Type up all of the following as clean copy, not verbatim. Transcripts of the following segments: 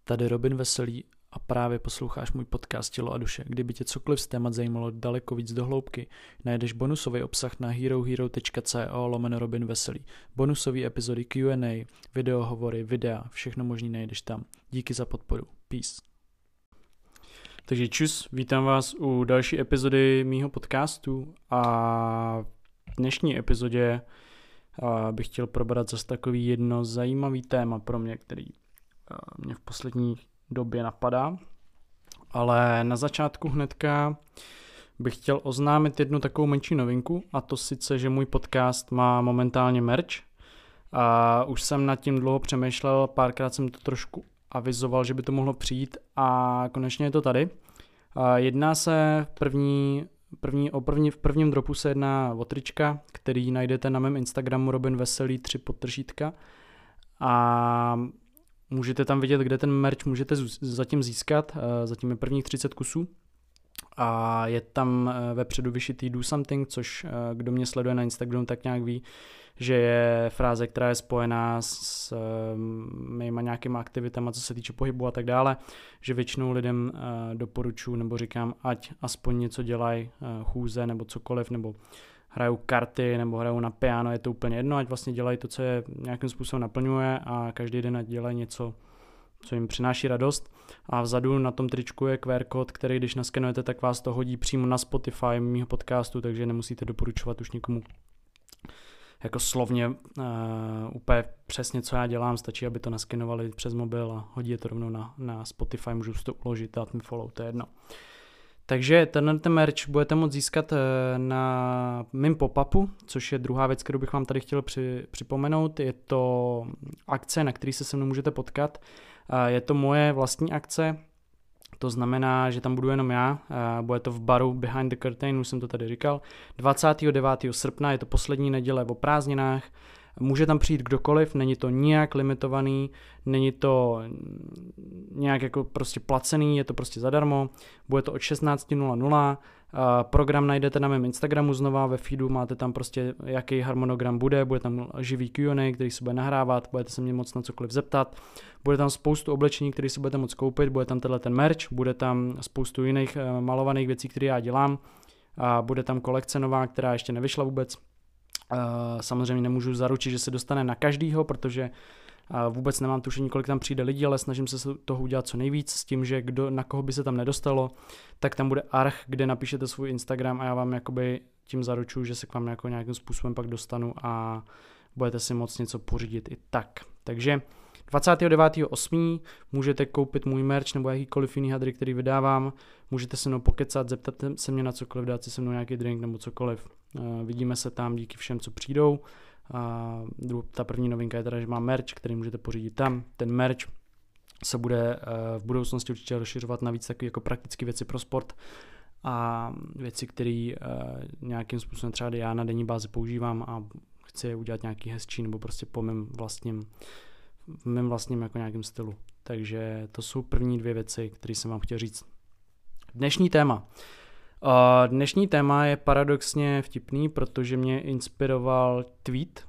Tady Robin Veselý a právě posloucháš můj podcast Tělo a duše. Kdyby tě cokoliv z témat zajímalo daleko víc do hloubky, najdeš bonusový obsah na herohero.co/Robin Veselý. Bonusové epizody Q&A, videohovory, videa, všechno možný najdeš tam. Díky za podporu. Peace. Takže čus, vítám vás u další epizody mýho podcastu a v dnešní epizodě bych chtěl probrat zase takový jedno zajímavý téma pro mě, který mě v poslední době napadá, ale na začátku hnedka bych chtěl oznámit jednu takovou menší novinku, a to sice, že můj podcast má momentálně merch a už jsem nad tím dlouho přemýšlel, párkrát jsem to trošku avizoval, že by to mohlo přijít a konečně je to tady. Jedná se v prvním dropu se jedná o trička, který najdete na mém Instagramu Robin Veselý 3 a můžete tam vidět, kde ten merch můžete zatím získat, zatím je prvních 30 kusů a je tam vepředu vyšitý Do Something, což kdo mě sleduje na Instagramu, tak nějak ví, že je fráze, která je spojená s mýma nějakýma aktivitama, co se týče pohybu a tak dále, že většinou lidem doporučuji nebo říkám, ať aspoň něco dělají, chůze nebo cokoliv, nebo hrajou karty nebo hrajou na piano, je to úplně jedno, ať vlastně dělají to, co je nějakým způsobem naplňuje a každý den ať dělají něco, co jim přináší radost. A vzadu na tom tričku je QR kód, který když naskenujete, tak vás to hodí přímo na Spotify mýho podcastu, takže nemusíte doporučovat už nikomu jako slovně úplně přesně, co já dělám, stačí, aby to naskenovali přes mobil a hodí je to rovnou na Spotify, můžu si to uložit a dát mi follow, to je jedno. Takže ten merch budete moct získat na mým pop-upu, což je druhá věc, kterou bych vám tady chtěl připomenout. Je to akce, na který se mnou můžete potkat. Je to moje vlastní akce, to znamená, že tam budu jenom já, bude to v baru Behind the Curtain, už jsem to tady říkal. 29. srpna, je to poslední neděle o prázdninách. Může tam přijít kdokoliv, není to nijak limitovaný, není to nějak jako prostě placený, je to prostě zadarmo, bude to od 16:00, program najdete na mém Instagramu znova, ve feedu máte tam prostě jaký harmonogram bude tam živý Q&A, který se bude nahrávat, budete se mě moc na cokoliv zeptat, bude tam spoustu oblečení, které si budete moct koupit, bude tam tenhle ten merch, bude tam spoustu jiných malovaných věcí, které já dělám, a bude tam kolekce nová, která ještě nevyšla vůbec. Samozřejmě nemůžu zaručit, že se dostane na každýho, protože vůbec nemám tušení, kolik tam přijde lidí, ale snažím se toho udělat co nejvíc s tím, že na koho by se tam nedostalo, tak tam bude arch, kde napíšete svůj Instagram a já vám jakoby tím zaručuju, že se k vám jako nějakým způsobem pak dostanu a budete si moct něco pořídit i tak. Takže 29.8. můžete koupit můj merch nebo jakýkoliv jiný hadry, který vydávám, můžete se mnou pokecat, zeptat se mě na cokoliv, dát si se mnou nějaký drink nebo cokoliv. Vidíme se tam, díky všem, co přijdou. Ta první novinka je teda, že mám merch, který můžete pořídit tam. Ten merch se bude v budoucnosti určitě rozšiřovat na víc takové jako praktické věci pro sport a věci, které nějakým způsobem třeba já na denní bázi používám a chci je udělat nějaký hezčí nebo prostě po mém vlastním jako nějakým stylu. Takže to jsou první dvě věci, které jsem vám chtěl říct. Dnešní téma je paradoxně vtipný, protože mě inspiroval tweet,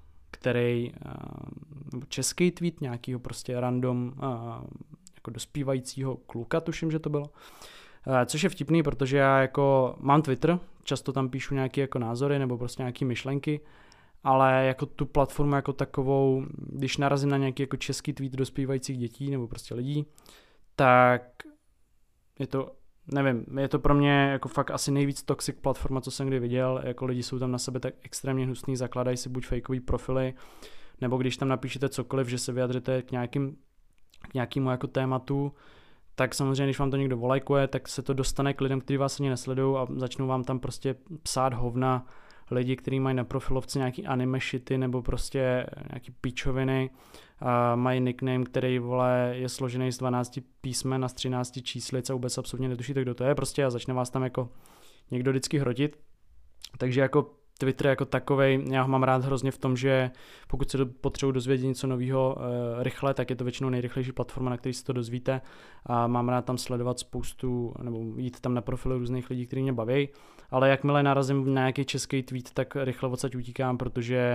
český tweet nějakého prostě random jako dospívajícího kluka, tuším, že to bylo. Což je vtipný, protože já jako mám Twitter, často tam píšu nějaké jako názory nebo prostě nějaké myšlenky, ale jako tu platformu jako takovou, když narazím na nějaký jako český tweet dospívajících dětí nebo prostě lidí, tak je to pro mě jako fakt asi nejvíc toxic platforma, co jsem kdy viděl, jako lidi jsou tam na sebe tak extrémně hnusný, zakládají si buď fakeový profily, nebo když tam napíšete cokoliv, že se vyjadřete k nějakému jako tématu, tak samozřejmě, když vám to někdo volajkuje, tak se to dostane k lidem, kteří vás ani nesledují a začnou vám tam prostě psát hovna lidi, kteří mají na profilovce nějaký anime shity nebo prostě nějaký píčoviny, mají nickname, který je složený z 12 písmen a z 13 číslic a vůbec absolutně netušíte, kdo to je prostě a začne vás tam jako někdo vždycky hrotit. Takže jako Twitter jako takovej, já ho mám rád hrozně v tom, že pokud se potřebuji dozvědět něco nového rychle, tak je to většinou nejrychlejší platforma, na který si to dozvíte a mám rád tam sledovat spoustu, nebo jít tam na profily různých lidí, kteří mě baví, ale jakmile narazím na nějaký český tweet, tak rychle odsaď utíkám, protože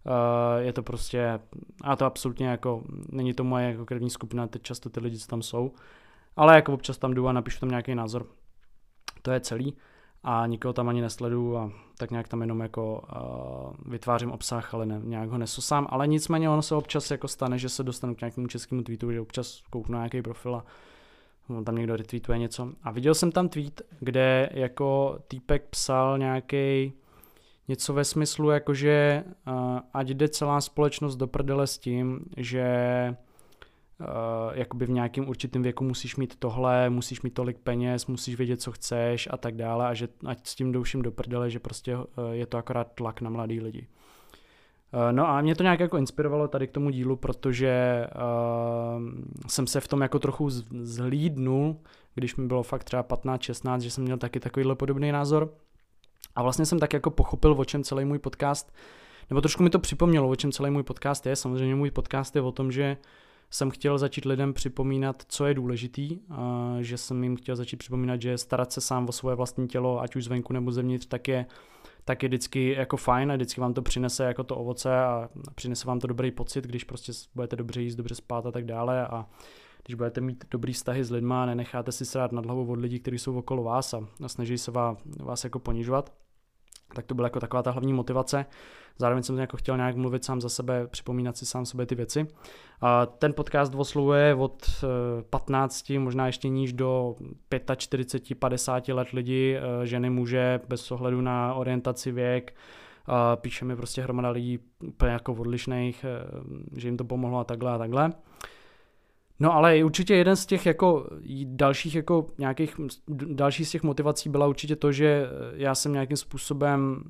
Je to prostě, a to absolutně jako, není to moje jako krevní skupina, teď často ty lidi, co tam jsou, ale jako občas tam jdu a napíšu tam nějaký názor. To je celý a nikoho tam ani nesleduju a tak nějak tam jenom jako vytvářím obsah, ale nějak ho nesosám, ale nicméně ono se občas jako stane, že se dostanu k nějakému českému tweetu, že občas kouknu na nějaký profil a tam někdo retweetuje něco. A viděl jsem tam tweet, kde jako týpek psal nějaký něco ve smyslu, jakože ať jde celá společnost do prdele s tím, že jakoby v nějakém určitém věku musíš mít tohle, musíš mít tolik peněz, musíš vědět, co chceš a tak dále a že ať s tím jdou vším do prdele, že prostě je to akorát tlak na mladý lidi. No a mě to nějak jako inspirovalo tady k tomu dílu, protože jsem se v tom jako trochu zhlídnul, když mi bylo fakt třeba 15-16, že jsem měl taky takovýhle podobný názor. A vlastně jsem tak jako pochopil, o čem celý můj podcast, nebo trošku mi to připomnělo, o čem celý můj podcast je. Samozřejmě můj podcast je o tom, že jsem chtěl začít lidem připomínat, co je důležitý, že jsem jim chtěl začít připomínat, že starat se sám o svoje vlastní tělo, ať už zvenku nebo zevnitř, tak je vždycky jako fajn a vždycky vám to přinese jako to ovoce a přinese vám to dobrý pocit, když prostě budete dobře jíst, dobře spát a tak dále a když budete mít dobrý vztahy s lidma a nenecháte si srát nad hlavou od lidí, kteří jsou okolo vás a snaží se vás jako ponižovat, tak to byla jako taková ta hlavní motivace. Zároveň jsem jako chtěl nějak mluvit sám za sebe, připomínat si sám sobě ty věci. A ten podcast oslovuje od 15, možná ještě níž do 45, 50 let lidi, ženy, muže, bez ohledu na orientaci, věk. Píše mi prostě hromada lidí úplně jako odlišných, že jim to pomohlo a takhle a takhle. No ale určitě jeden z těch jako dalších jako nějakých další z těch motivací byla určitě to, že já jsem nějakým způsobem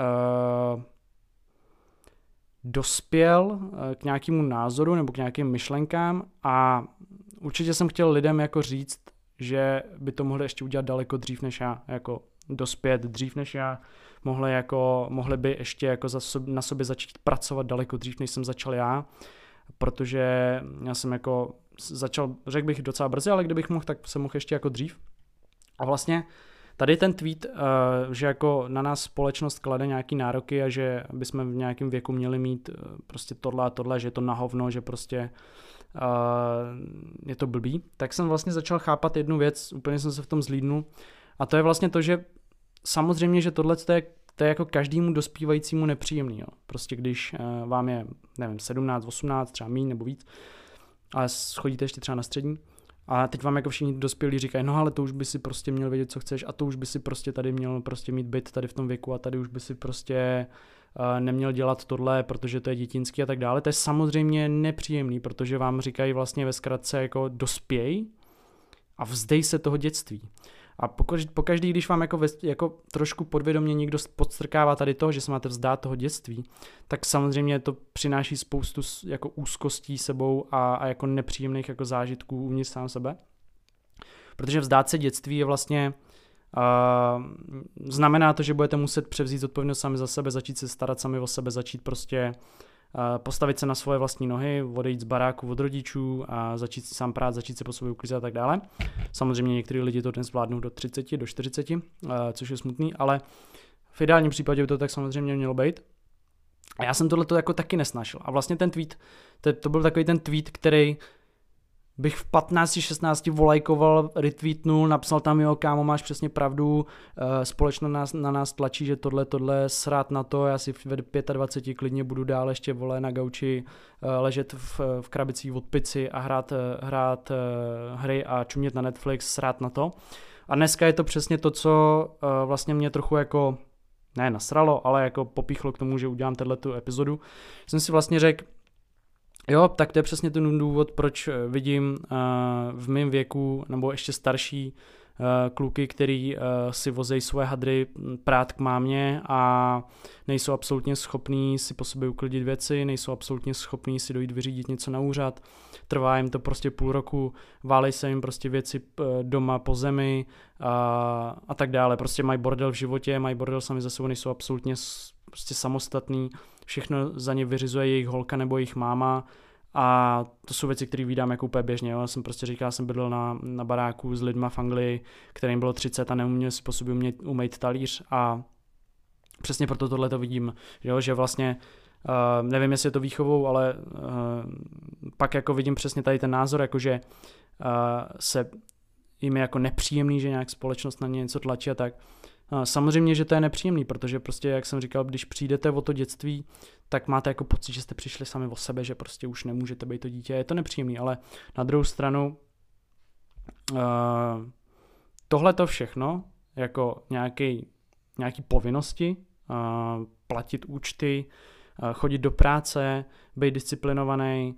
dospěl k nějakému názoru nebo k nějakým myšlenkám a určitě jsem chtěl lidem jako říct, že by to mohli ještě udělat daleko dřív než já, jako dospět dřív než já, mohli by ještě jako na sobě začít pracovat daleko dřív, než jsem začal já, protože já jsem jako začal, řekl bych docela brzy, ale kdybych mohl, tak jsem mohl ještě jako dřív. A vlastně tady ten tweet, že jako na nás společnost klade nějaký nároky a že bychom v nějakém věku měli mít prostě tohle a tohle, že je to na hovno, že prostě je to blbý, tak jsem vlastně začal chápat jednu věc, úplně jsem se v tom zlídnul a to je vlastně to, že samozřejmě, že tohle to je jako každému dospívajícímu nepříjemný. Jo. Prostě když vám je, nevím, 17, 18, třeba míň nebo víc, ale schodíte ještě třeba na střední a teď vám jako všichni dospělí říkají, no ale to už by si prostě měl vědět, co chceš a to už by si prostě tady měl prostě mít byt tady v tom věku a tady už by si prostě neměl dělat tohle, protože to je dětinský a tak dále. To je samozřejmě nepříjemný, protože vám říkají vlastně ve zkratce jako dospěj a vzdej se toho dětství. A pokaždý, když vám jako trošku podvědomě někdo podstrkává tady to, že se máte vzdát toho dětství, tak samozřejmě to přináší spoustu jako úzkostí sebou a jako nepříjemných jako zážitků uvnitř sám sebe. Protože vzdát se dětství je vlastně znamená to, že budete muset převzít zodpovědnost sami za sebe, začít se starat sami o sebe, začít prostě postavit se na svoje vlastní nohy, odejít z baráku od rodičů a začít si sám prát, začít se po sobě uklízet a tak dále. Samozřejmě některý lidi to dnes zvládnou do 30, do 40, což je smutný, ale v ideálním případě by to tak samozřejmě mělo být. A já jsem tohleto jako taky nesnažil. A vlastně ten tweet, to byl takový ten tweet, který bych v 15-16 volajkoval, retweetnul, napsal tam, jo, kámo, máš přesně pravdu, společnost na nás tlačí, že tohle srát na to, já si v 25 klidně budu dál ještě na gauči ležet v krabicích od pici a hrát hry a čumět na Netflix, srát na to. A dneska je to přesně to, co vlastně mě trochu jako, ne nasralo, ale jako popíchlo k tomu, že udělám tato epizodu. Jsem si vlastně řekl, jo, tak to je přesně ten důvod, proč vidím v mém věku nebo ještě starší kluky, který si vozejí svoje hadry prát k mámě a nejsou absolutně schopní si po sobě uklidit věci, nejsou absolutně schopní si dojít vyřídit něco na úřad, trvá jim to prostě půl roku, válej se jim prostě věci doma po zemi a tak dále, prostě mají bordel v životě, mají bordel sami za sebou, nejsou absolutně prostě samostatný, všechno za ně vyřizuje jejich holka nebo jejich máma a to jsou věci, které vídám jako úplně běžně. Jo. Já jsem prostě říkal, jsem bydlel na baráku s lidma v Anglii, kterým bylo 30 a neuměl si po sobě umýt talíř a přesně proto tohle to vidím, jo, že vlastně Nevím, jestli je to výchovou, ale pak jako vidím přesně tady ten názor, jakože se jim je jako nepříjemný, že nějak společnost na ně něco tlačí a tak. Samozřejmě, že to je nepříjemný, protože prostě, jak jsem říkal, když přijdete o to dětství, tak máte jako pocit, že jste přišli sami o sebe, že prostě už nemůžete být to dítě. Je to nepříjemný, ale na druhou stranu tohle to všechno, jako nějaký povinnosti, platit účty, chodit do práce, být disciplinovaný,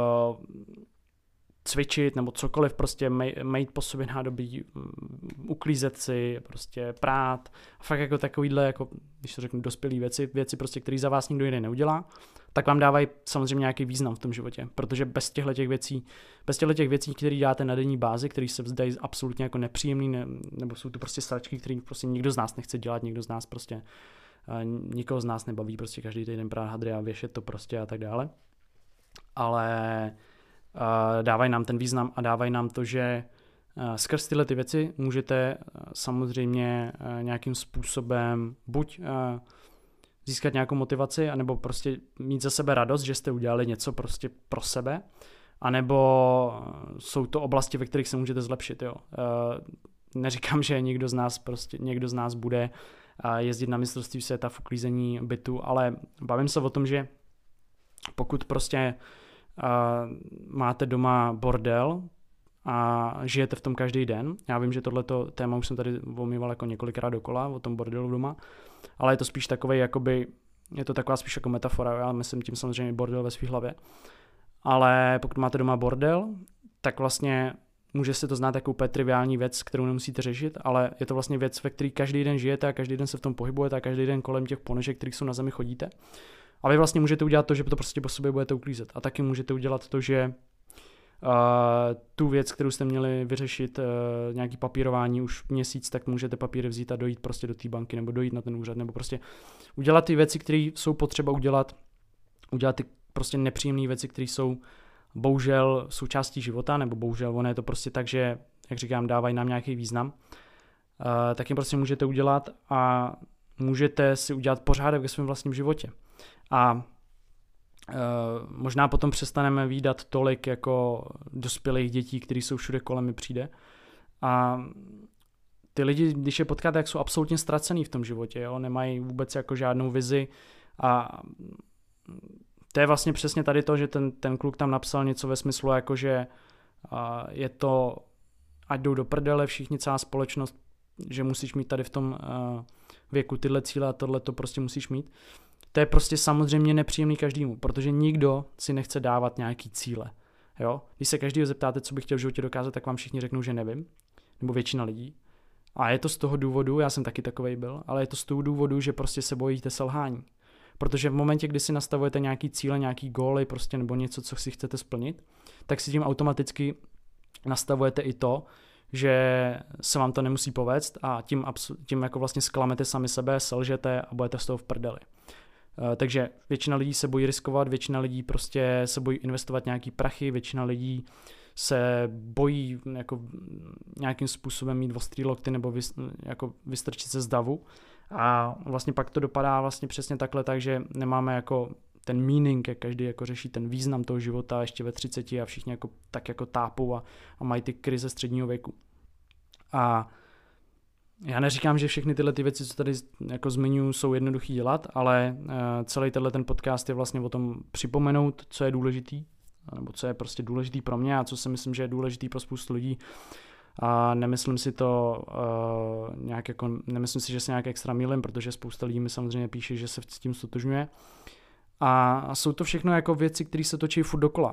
cvičit nebo cokoliv, prostě mít po sobě nádobí, uklízet si, prostě prát, fakt jako takovýhle, jako, když to řeknu, dospělý věci prostě, které za vás nikdo jiný neudělá, tak vám dávají samozřejmě nějaký význam v tom životě, protože bez těchto věcí, které děláte na denní bázi, které se zdají absolutně jako nepříjemný, nebo jsou to prostě sračky, které prostě nikdo z nás nechce dělat, nikdo z nás prostě, nikoho z nás nebaví prostě každý týden prát hadry a věšet to prostě a tak dále, ale dávají nám ten význam a dávají nám to, že skrz tyhle ty věci můžete samozřejmě nějakým způsobem buď získat nějakou motivaci, anebo prostě mít za sebe radost, že jste udělali něco prostě pro sebe, anebo jsou to oblasti, ve kterých se můžete zlepšit. Jo. Neříkám, že někdo z nás bude jezdit na mistrovství světa v uklízení bytu, ale bavím se o tom, že pokud prostě máte doma bordel a žijete v tom každý den. Já vím, že tohleto téma už jsem tady omýval jako několikrát dokola o tom bordelu doma, ale je to spíš takovej, jakoby, je to taková spíš jako metafora, já myslím tím samozřejmě bordel ve svý hlavě. Ale pokud máte doma bordel, tak vlastně může se to znát jako úplně triviální věc, kterou nemusíte řešit, ale je to vlastně věc, ve které každý den žijete a každý den se v tom pohybujete a každý den kolem těch ponožek, kterých jsou na zemi, chodíte. A vy vlastně můžete udělat to, že to prostě po sobě budete uklízet. A taky můžete udělat to, že tu věc, kterou jste měli vyřešit, nějaký papírování už měsíc, tak můžete papíry vzít a dojít prostě do té banky nebo dojít na ten úřad, nebo prostě udělat ty věci, které jsou potřeba udělat ty prostě nepříjemné věci, které jsou bohužel součástí života, nebo bohužel ono je to prostě tak, že, jak říkám, dávají nám nějaký význam, tak jim prostě můžete udělat a můžete si udělat pořádek ve svém vlastním životě. A možná potom přestaneme vídat tolik jako dospělých dětí, kteří jsou všude kolem, mi přijde. A ty lidi, když je potkáte, tak jsou absolutně ztracený v tom životě, jo? Nemají vůbec jako žádnou vizi a to je vlastně přesně tady to, že ten kluk tam napsal něco ve smyslu jako, že je to, ať jdou do prdele všichni, celá společnost, že musíš mít tady v tom věku tyhle cíle a tohle to prostě musíš mít. To je prostě samozřejmě nepříjemný každému, protože nikdo si nechce dávat nějaký cíle. Jo? Když se každého zeptáte, co bych chtěl v životě dokázat, tak vám všichni řeknou, že nevím, nebo většina lidí. A je to z toho důvodu, já jsem taky takovej byl, ale je to z toho důvodu, že prostě se bojíte selhání. Protože v momentě, kdy si nastavujete nějaký cíle, nějaký góly prostě, nebo něco, co si chcete splnit, tak si tím automaticky nastavujete i to, že se vám to nemusí povést a tím jako vlastně zklamete sami sebe, selžete a budete z toho v prdeli. Takže většina lidí se bojí riskovat, většina lidí prostě se bojí investovat nějaký prachy, většina lidí se bojí jako nějakým způsobem mít ostrý lokty nebo jako vystrčit se z davu a vlastně pak to dopadá vlastně přesně takhle, takže nemáme jako ten meaning, jak každý jako řeší ten význam toho života ještě ve 30 a všichni jako, tak jako tápou a mají ty krize středního věku. A já neříkám, že všechny tyhle ty věci, co tady jako zmiňuji, jsou jednoduchý dělat, ale celý ten podcast je vlastně o tom připomenout, co je důležitý, nebo co je prostě důležitý pro mě a co si myslím, že je důležitý pro spoustu lidí. A nemyslím si to nějak jako, nemyslím si, že se nějak extra mýlím, protože spousta lidí mi samozřejmě píše, že se s tím stotožňuje. A jsou to všechno jako věci, které se točí furt dokola.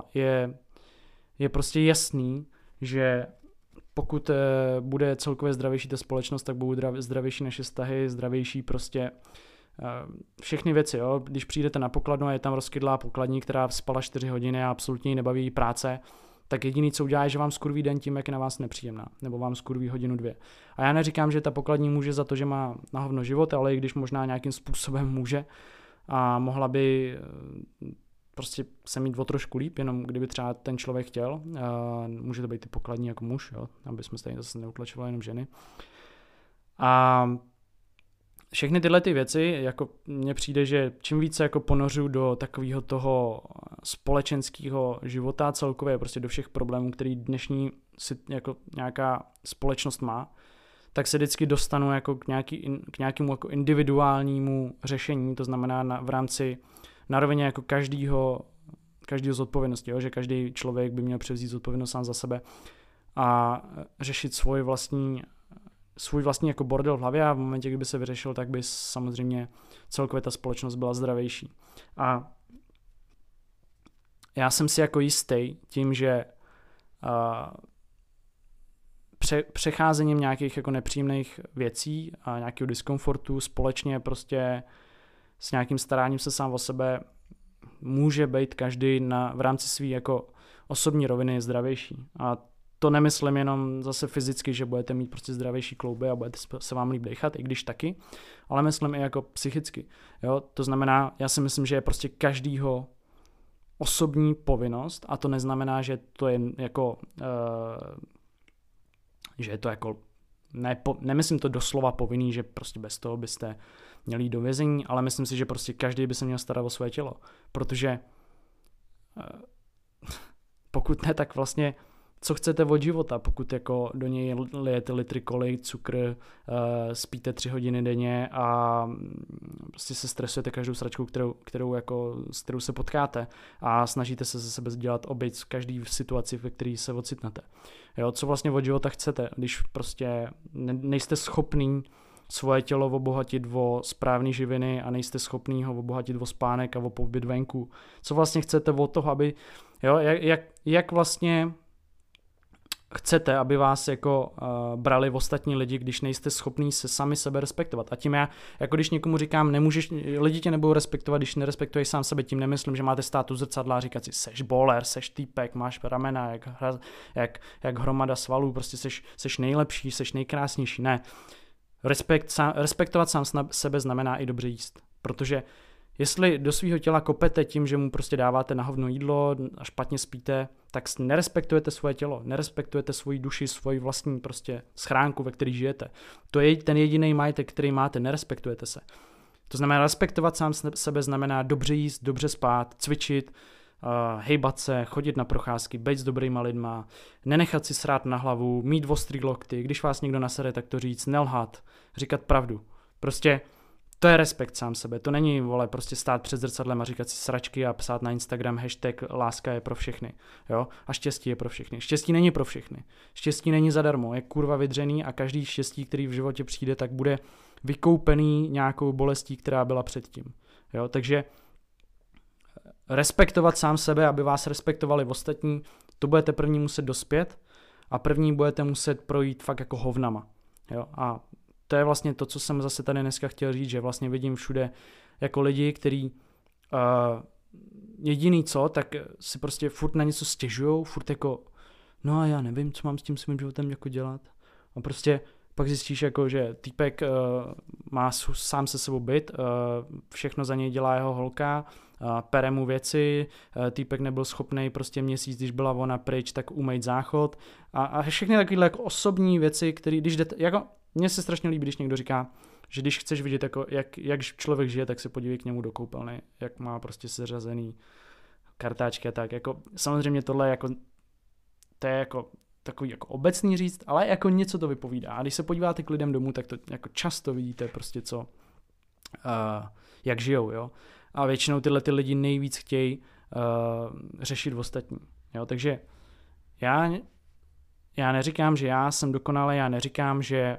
Je prostě jasný, že pokud bude celkově zdravější ta společnost, tak budou zdravější naše vztahy, zdravější prostě všechny věci. Jo? Když přijdete na pokladnu a je tam rozkydlá pokladní, která spala 4 hodiny a absolutně ji nebaví práce, tak jediný, co udělá, je, že vám skurví den tím, jak je na vás nepříjemná, nebo vám skurví hodinu 2. A já neříkám, že ta pokladní může za to, že má na hovno život, ale i když možná nějakým způsobem může a mohla by prostě se mít o trošku líp, jenom kdyby třeba ten člověk chtěl. Může to být i pokladní jako muž, jo? Aby jsme stejně zase neutlačovali jenom ženy. A všechny tyhle ty věci, jako mně přijde, že čím více jako ponořu do takového toho společenského života celkově, prostě do všech problémů, který dnešní jako nějaká společnost má, tak se vždycky dostanu jako k nějakému jako individuálnímu řešení, to znamená v rámci na rovině jako každýho zodpovědnosti, jo? Že každý člověk by měl převzít zodpovědnost sám za sebe a řešit svůj vlastní jako bordel v hlavě, a v momentě, kdyby se vyřešil, tak by samozřejmě celkově ta společnost byla zdravější. A já jsem si jako jistý tím, že přecházením nějakých jako nepříjemných věcí a nějakého diskomfortu společně prostě s nějakým staráním se sám o sebe může být každý v rámci své jako osobní roviny zdravější. A to nemyslím jenom zase fyzicky, že budete mít prostě zdravější klouby a budete se vám líp dechat, i když taky, ale myslím i jako psychicky. Jo? To znamená, já si myslím, že je prostě každýho osobní povinnost, a to neznamená, že to je jako že je to jako nemyslím to doslova povinný, že prostě bez toho byste měli jít do vězení, ale myslím si, že prostě každý by se měl starat o své tělo, protože pokud ne, tak vlastně co chcete od života, pokud jako do něj lijete litry koly, cukr, spíte 3 hodiny denně a prostě se stresujete každou sračkou, s kterou se potkáte, a snažíte se ze sebe dělat oběť v každé situaci, ve které se ocitnete. Jo, co vlastně od života chcete, když prostě nejste schopný svoje tělo obohatit o správné živiny a nejste schopný ho obohatit o spánek a o pobyt venku. Co vlastně chcete od toho, aby, jo, jak vlastně chcete, aby vás jako brali ostatní lidi, když nejste schopní se sami sebe respektovat. A tím já, jako když někomu říkám, lidi tě nebudou respektovat, když nerespektuješ sám sebe, tím nemyslím, že máte stát u zrcadla a říkat si, seš bowler, seš týpek, máš ramena, jak hromada svalů, prostě seš nejlepší, seš nejkrásnější. Ne. Respektovat sám sebe znamená i dobře jíst, protože jestli do svého těla kopete tím, že mu prostě dáváte na hovno jídlo a špatně spíte, tak nerespektujete svoje tělo, nerespektujete svoji duši, svoji vlastní prostě schránku, ve které žijete. To je ten jediný majetek, který máte, nerespektujete se. To znamená, respektovat sám sebe znamená dobře jíst, dobře spát, cvičit, hejbat se, chodit na procházky, být s dobrýma lidma, nenechat si srát na hlavu, mít ostrý lokty, když vás někdo nasere, tak to říct, nelhat, říkat pravdu. Prostě to je respekt sám sebe, to není, vole, prostě stát před zrcadlem a říkat si sračky a psát na Instagram hashtag láska je pro všechny, jo, a štěstí je pro všechny. Štěstí není pro všechny, štěstí není zadarmo, je kurva vydřený a každý štěstí, který v životě přijde, tak bude vykoupený nějakou bolestí, která byla předtím, jo, takže respektovat sám sebe, aby vás respektovali ostatní, to budete první muset dospět a první budete muset projít fakt jako hovnama, jo, a to je vlastně to, co jsem zase tady dneska chtěl říct, že vlastně vidím všude jako lidi, kteří jediný co, tak si prostě furt na něco stěžujou, furt jako, no a já nevím, co mám s tím svým životem jako dělat. A prostě pak zjistíš, jako, že týpek má sám se sebou byt, všechno za něj dělá jeho holka, pere mu věci, týpek nebyl schopný prostě měsíc, když byla ona pryč, tak umýt záchod a všechny takovéhle jako osobní věci, které když jdete, jako mně se strašně líbí, když někdo říká, že když chceš vidět, jako, jak člověk žije, tak se podívej k němu do koupelny, jak má prostě seřazený kartáčky a tak. Jako, samozřejmě tohle jako, to je jako takový jako obecný říct, ale jako něco to vypovídá. A když se podíváte k lidem domů, tak to jako často vidíte prostě jak žijou, jo. A většinou tyhle ty lidi nejvíc chtějí řešit ostatní, jo. Takže já neříkám, že já jsem dokonalý, já neříkám, že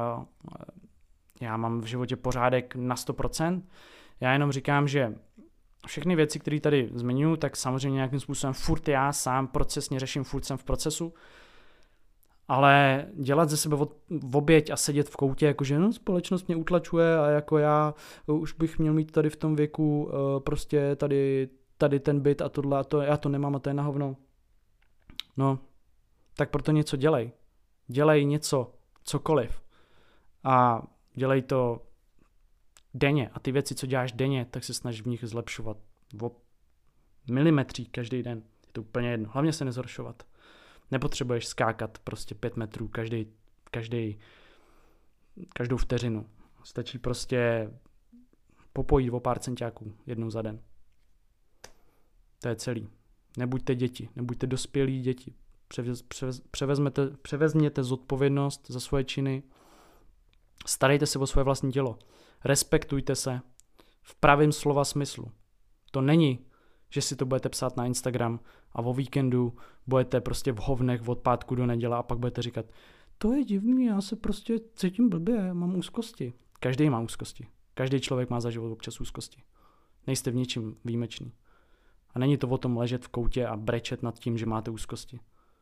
já mám v životě pořádek na 100%, já jenom říkám, že všechny věci, které tady zmiňuji, tak samozřejmě nějakým způsobem furt já sám procesně řeším, furt jsem v procesu, ale dělat ze sebe oběť a sedět v koutě, jakože no, společnost mě utlačuje a jako já už bych měl mít tady v tom věku prostě tady ten byt a tohle a to, já to nemám a to je na hovno. No, tak proto něco dělej. Dělej něco, cokoliv. A dělej to denně. A ty věci, co děláš denně, tak se snaží v nich zlepšovat o milimetří každý den. Je to úplně jedno. Hlavně se nezhoršovat. Nepotřebuješ skákat prostě 5 metrů každou vteřinu. Stačí prostě popojit o pár centiáků jednou za den. To je celý. Nebuďte děti, nebuďte dospělí děti. Převezměte zodpovědnost za svoje činy. Starejte se o svoje vlastní tělo. Respektujte se v pravém slova smyslu. To není, že si to budete psát na Instagram a o víkendu budete prostě v hovnech od pátku do neděle a pak budete říkat, to je divný, já se prostě cítím blbě, já mám úzkosti. Každý má úzkosti. Každý člověk má za život občas úzkosti. Nejste v ničím výjimečný. A není to o tom ležet v koutě a brečet nad tím, že máte úzkosti.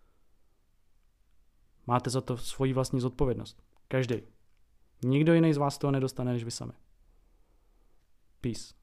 Máte za to svoji vlastní zodpovědnost. Každý. Nikdo jiný z vás toho nedostane, než vy sami. Peace.